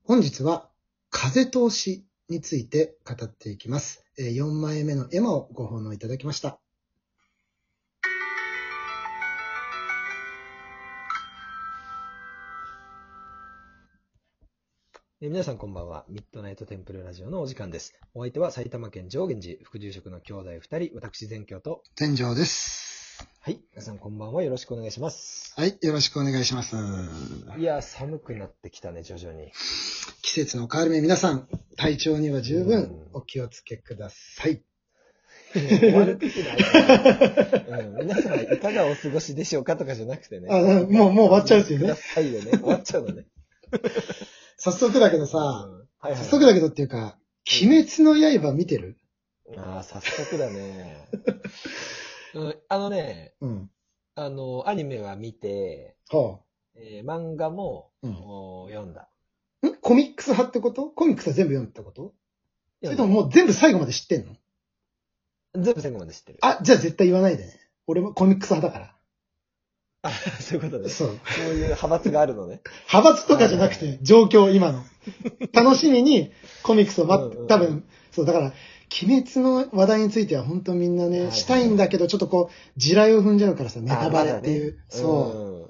本日は風通しについて語っていきます。4枚目のエマをご奉納いただきました。 皆さんこんばんは。ミッドナイトテンプルラジオのお時間です。お相手は埼玉県上元寺副住職の兄弟2人、私全教と天井です。 はい。皆さんこんばんは。よろしくお願いします。 はい。よろしくお願いします。 いや、寒くなってきたね、徐々に。 季節の変わり目、皆さん、体調には十分お気をつけください。 終わる時ないから、皆さんいかがお過ごしでしょうかとかじゃなくてね。 もう終わっちゃうんですよね。 くださいよね。終わっちゃうのね。 早速だけどさ、早速だけどっていうか、鬼滅の刃見てる？ ああ、早速だね。アニメは見て、漫画も、読んだ。 コミックス派ってこと？コミックスは全部読んだってこと？それとももう全部最後まで知ってんの？ 全部最後まで知ってる。 あ、じゃあ絶対言わないでね。俺もコミックス派だから。 あ、そういうことね。 そう。 そういう派閥があるのね。 派閥とかじゃなくて、状況、今の。楽しみにコミックスを多分、そう、だから、鬼滅の話題については本当みんなね、したいんだけど、ちょっとこう、地雷を踏んじゃうからさ、ネタバレっていう。そう。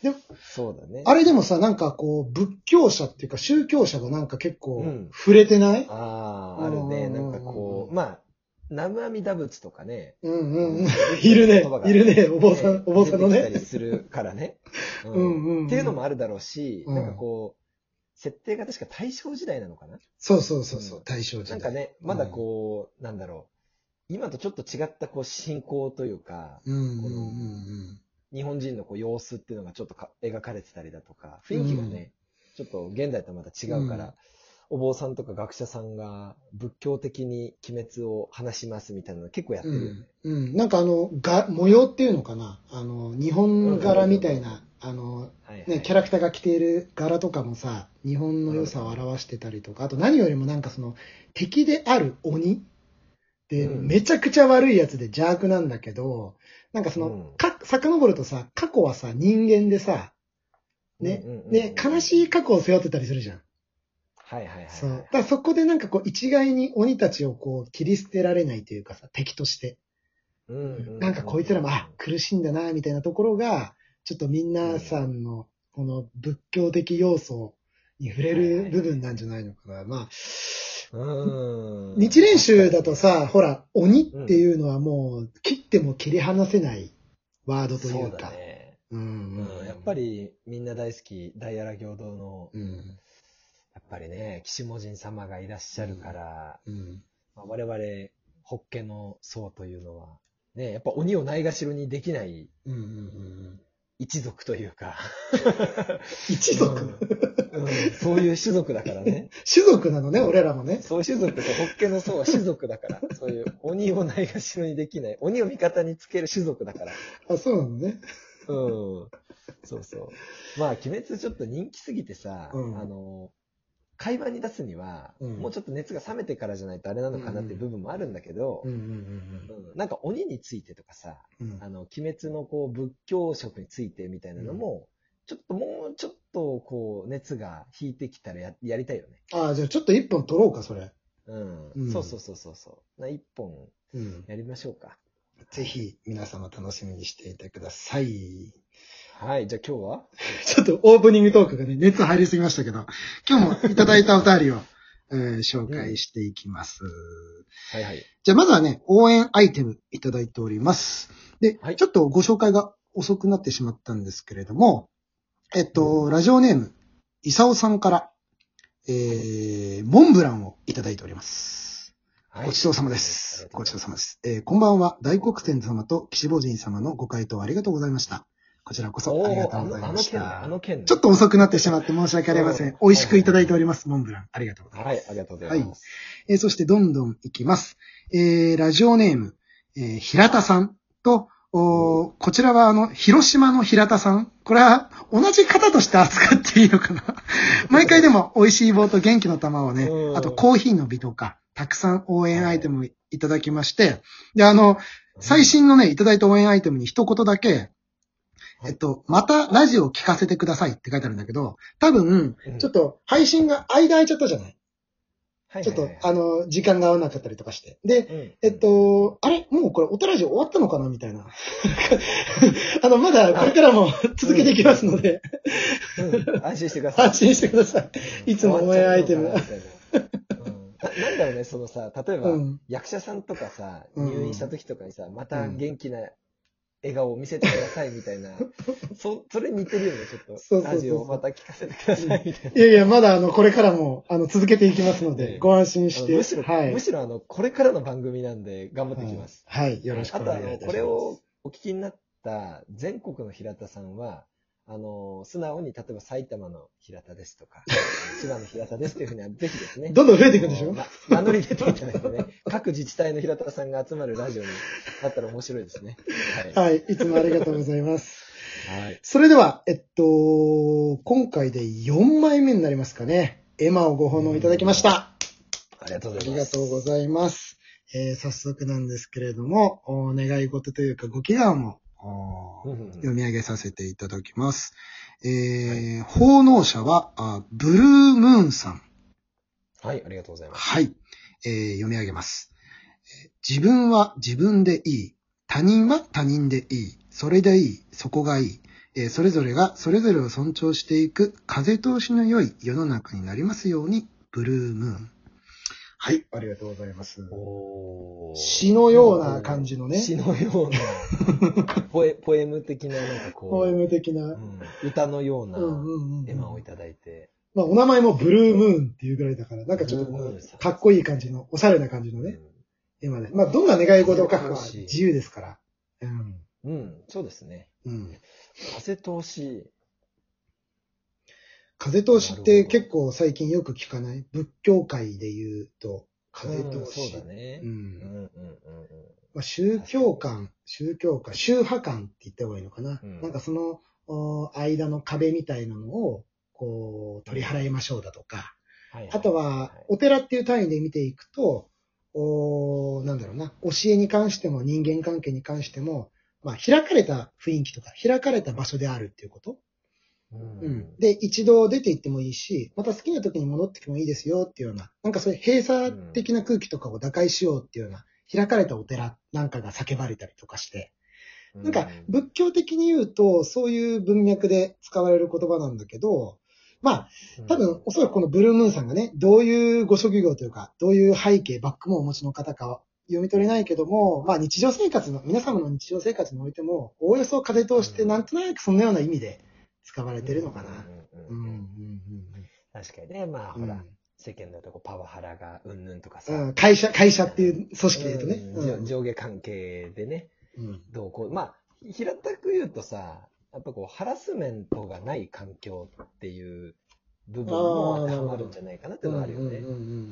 でも、 そうだね。 あれでもさ、なんかこう、仏教者っていうか宗教者がなんか結構、触れてない？ ああ、あるね。なんかこう、まあ、南無阿弥陀仏とかね。 いるね。いるね。お坊さんのね。 出てきたりするからね。っていうのもあるだろうし、なんかこう、設定が確か大正時代なのかな？ そう、大正時代。 なんかね、まだこう、なんだろう。今とちょっと違ったこう信仰というか、日本人のこう様子っていうのがちょっと描かれてたりだとか、雰囲気がね、ちょっと現代とはまた違うから、お坊さんとか学者さんが仏教的に鬼滅を話しますみたいなの結構やってるよね。 なんか模様っていうのかな、日本柄みたいな、キャラクターが着ている柄とかもさ、日本の良さを表してたりとか、あと何よりもなんかその、敵である鬼で、めちゃくちゃ悪いやつで邪悪なんだけど、なんかその、遡るとさ、過去はさ、人間でさ、ね、悲しい過去を背負ってたりするじゃん。そう。だからそこでなんかこう一概に鬼たちをこう切り捨てられないというかさ、敵として。なんかこいつらも、苦しいんだな、みたいなところが、ちょっと皆さんのこの仏教的要素に触れる部分なんじゃないのかな。まあ、日蓮宗だとさ、ほら、鬼っていうのはもう切っても切り離せないワードというか。そうだね。 やっぱりみんな大好き、大荒行道の、やっぱりね、岸門神様がいらっしゃるから、我々、ホッケの僧というのは、ね、やっぱ鬼をないがしろにできない一族というか。 一族、 そういう種族だからね。 種族なのね、俺らもね。 そういう種族とホッケの僧は種族だから。そういう鬼をないがしろにできない。鬼を味方につける種族だから。 あ、そうなのね。 そうそう。まあ、鬼滅ちょっと人気すぎてさ、会話に出すには、もうちょっと熱が冷めてからじゃないとあれなのかなっていう部分もあるんだけど、なんか鬼についてとかさ、鬼滅のこう仏教色についてみたいなのも、もうちょっとこう熱が引いてきたらやりたいよね。 ああ、じゃあちょっと一本取ろうか、それ。 そう。一本やりましょうか。 ぜひ皆様楽しみにしていてください。 はい、じゃあ今日はちょっとオープニングトークがね、熱入りすぎましたけど、今日もいただいたお便りを、紹介していきます。じゃあまずはね、応援アイテムいただいております。で、ちょっとご紹介が遅くなってしまったんですけれども、ラジオネーム、イサオさんから、モンブランをいただいております。ごちそうさまです。ごちそうさまです。こんばんは、大黒天様と岸坊神様のご回答ありがとうございました。こちらこそありがとうございました。ちょっと遅くなってしまって申し訳ありません。美味しくいただいております、モンブラン。ありがとうございます。 はい、ありがとうございます。 そしてどんどんいきます。ラジオネーム、平田さんと、こちらは広島の平田さん。これは同じ方として扱っていいのかな毎回でも美味しい棒と元気の玉をね、あとコーヒーの美とか、たくさん応援アイテムいただきまして、で、最新のね、いただいた応援アイテムに一言だけ、 またラジオを聞かせてくださいって書いてあるんだけど、多分、ちょっと配信が間空いちゃったじゃない？ちょっと、時間が合わなかったりとかして。で、あれもうこれ、オタラジオ終わったのかなみたいな。まだこれからも続けていきますので。 安心してください。 安心してください。いつもオンエアアイテム。 なんだろうね、そのさ、例えば、役者さんとかさ、入院した時とかにさ、また元気な笑顔を見せてくださいみたいな、それ似てるよね、ちょっと。ラジオをまた聞かせてくださいみたいな。 いやいや、まだこれからも続けていきますので、ご安心して。 むしろこれからの番組なんで頑張っていきます。 はい、よろしくお願いします。 あとこれをお聞きになった全国の平田さんは、素直に、例えば埼玉の平田ですとか、千葉の平田ですというふうには、ぜひですね。 どんどん増えていくんでしょ？ 名乗り出ていただいてね、各自治体の平田さんが集まるラジオになったら面白いですね。 はい。はい、いつもありがとうございます。 はい。 それでは、今回で4枚目になりますかね。絵馬をご奉納いただきました。 ありがとうございます。 ありがとうございます。早速なんですけれども、お願い事というかご祈願を読み上げさせていただきます。奉納者はブルームーンさん。 はい、ありがとうございます。 はい。読み上げます。自分は自分でいい。他人は他人でいい。それでいい。そこがいい。それぞれがそれぞれを尊重していく風通しの良い世の中になりますように、ブルームーン。はい、ありがとうございます。詩のような感じのね。 詩のような。ポエム的な、なんかこう。 ポエム的な。 歌のような絵馬をいただいて。 まあ、お名前もブルームーンっていうぐらいだから、なんかちょっとかっこいい感じの、おしゃれな感じのね。絵馬で。まあ、どんな願い事を書くかは自由ですから。 そうですね。風通し。 風通しって結構最近よく聞かない？仏教界で言うと、風通し。 そうだね。 宗教観、宗派観って言った方がいいのかな。なんかその間の壁みたいなのをこう取り払いましょうだとか、あとはお寺っていう単位で見ていくと、なんだろうな、教えに関しても人間関係に関しても、まあ開かれた雰囲気とか開かれた場所であるっていうこと。で、一度出て行ってもいいし、また好きな時に戻ってきてもいいですよっていうような、なんかそういう閉鎖的な空気とかを打開しようっていうような、開かれたお寺なんかが叫ばれたりとかして、なんか仏教的に言うと、そういう文脈で使われる言葉なんだけど、まあ、多分おそらくこのブルームーンさんがね、どういうご職業というか、どういう背景、バックもお持ちの方かは読み取れないけども、まあ日常生活の、皆様の日常生活においても、おおよそ風通してなんとなくそのような意味で、使われてるのかな。 確かにね、まあほら、世間だとパワハラがうんぬんとかさ、 会社っていう組織で言うとね、上下関係でね、どうこう、まあ平たく言うとさ、やっぱこうハラスメントがない環境っていう部分も当てはまるんじゃないかなっていうのはあるよね。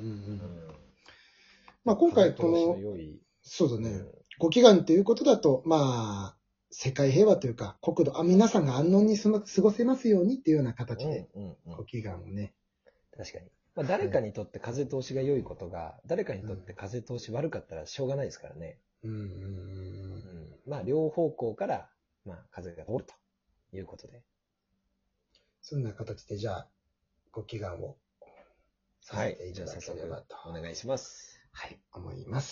まあ今回この、そうだね、ご祈願ということだと、まあ世界平和というか、国土、皆さんが安穏に過ごせますようにっていうような形で、ご祈願をね。 確かに。まあ、誰かにとって風通しが良いことが、誰かにとって風通し悪かったらしょうがないですからね。まあ、両方向から、まあ、風が通るということで。 そんな形で、じゃあ、ご祈願をさせていただければと。お願いします。 はい、思います。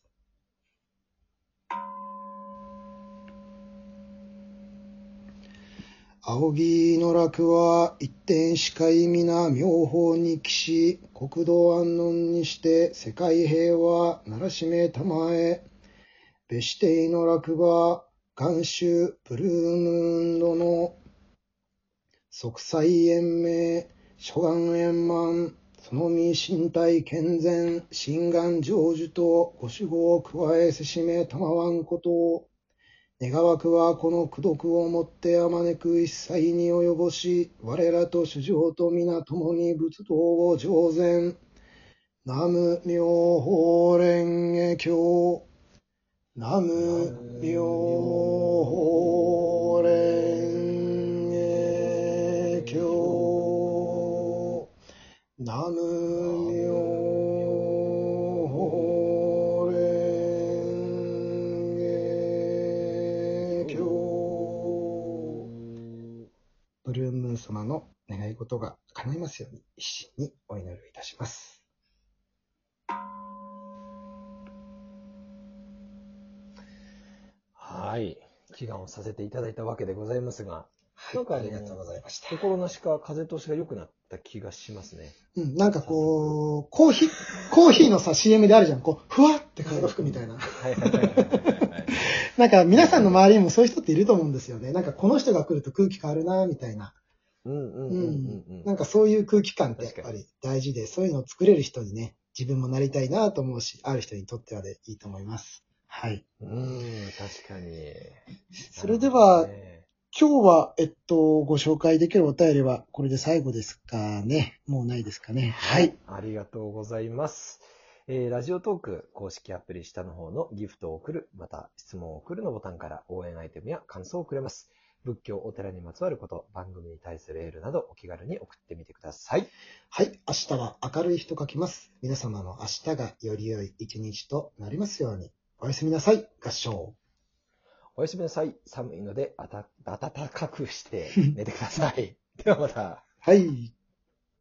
仰ぎの楽は一点視界皆妙法に帰し、国土安穏にして世界平和ならしめたまえ。別しての楽は元首ブルームーンドの息災延命諸願円満その身身体健全心願成就とご守護を加えせしめたまわんことを願わくはこの功徳をもってあまねく一切に及ぼし、我らと主上と皆共に仏道を上善。南無妙法蓮華経。南無妙法蓮華経。南無いことが叶いますように、一心にお祈りをいたします。 はい。祈願をさせていただいたわけでございますが、 なんかありがとうございました。 心なしか風通しが良くなった気がしますね。 うん、なんかこう、コーヒーのさ、CM であるじゃん。こう、ふわって風が吹くみたいな。なんか皆さんの周りにもそういう人っていると思うんですよね。なんかこの人が来ると空気変わるな、みたいな。なんかそういう空気感ってやっぱり大事で、そういうのを作れる人にね、自分もなりたいなと思うし、ある人にとってはでいいと思います。はい。 確かに。 それでは、今日は、ご紹介できるお便りはこれで最後ですかね。もうないですかね。はい。 ありがとうございます。ラジオトーク公式アプリ下の方のギフトを送る、また質問を送るのボタンから応援アイテムや感想をくれます。仏教、お寺にまつわること、番組に対するエールなどお気軽に送ってみてください。 はい。明日は明るい日と書きます。皆様の明日がより良い一日となりますように。おやすみなさい。合唱。 おやすみなさい。寒いので暖かくして寝てください。ではまた。 はい。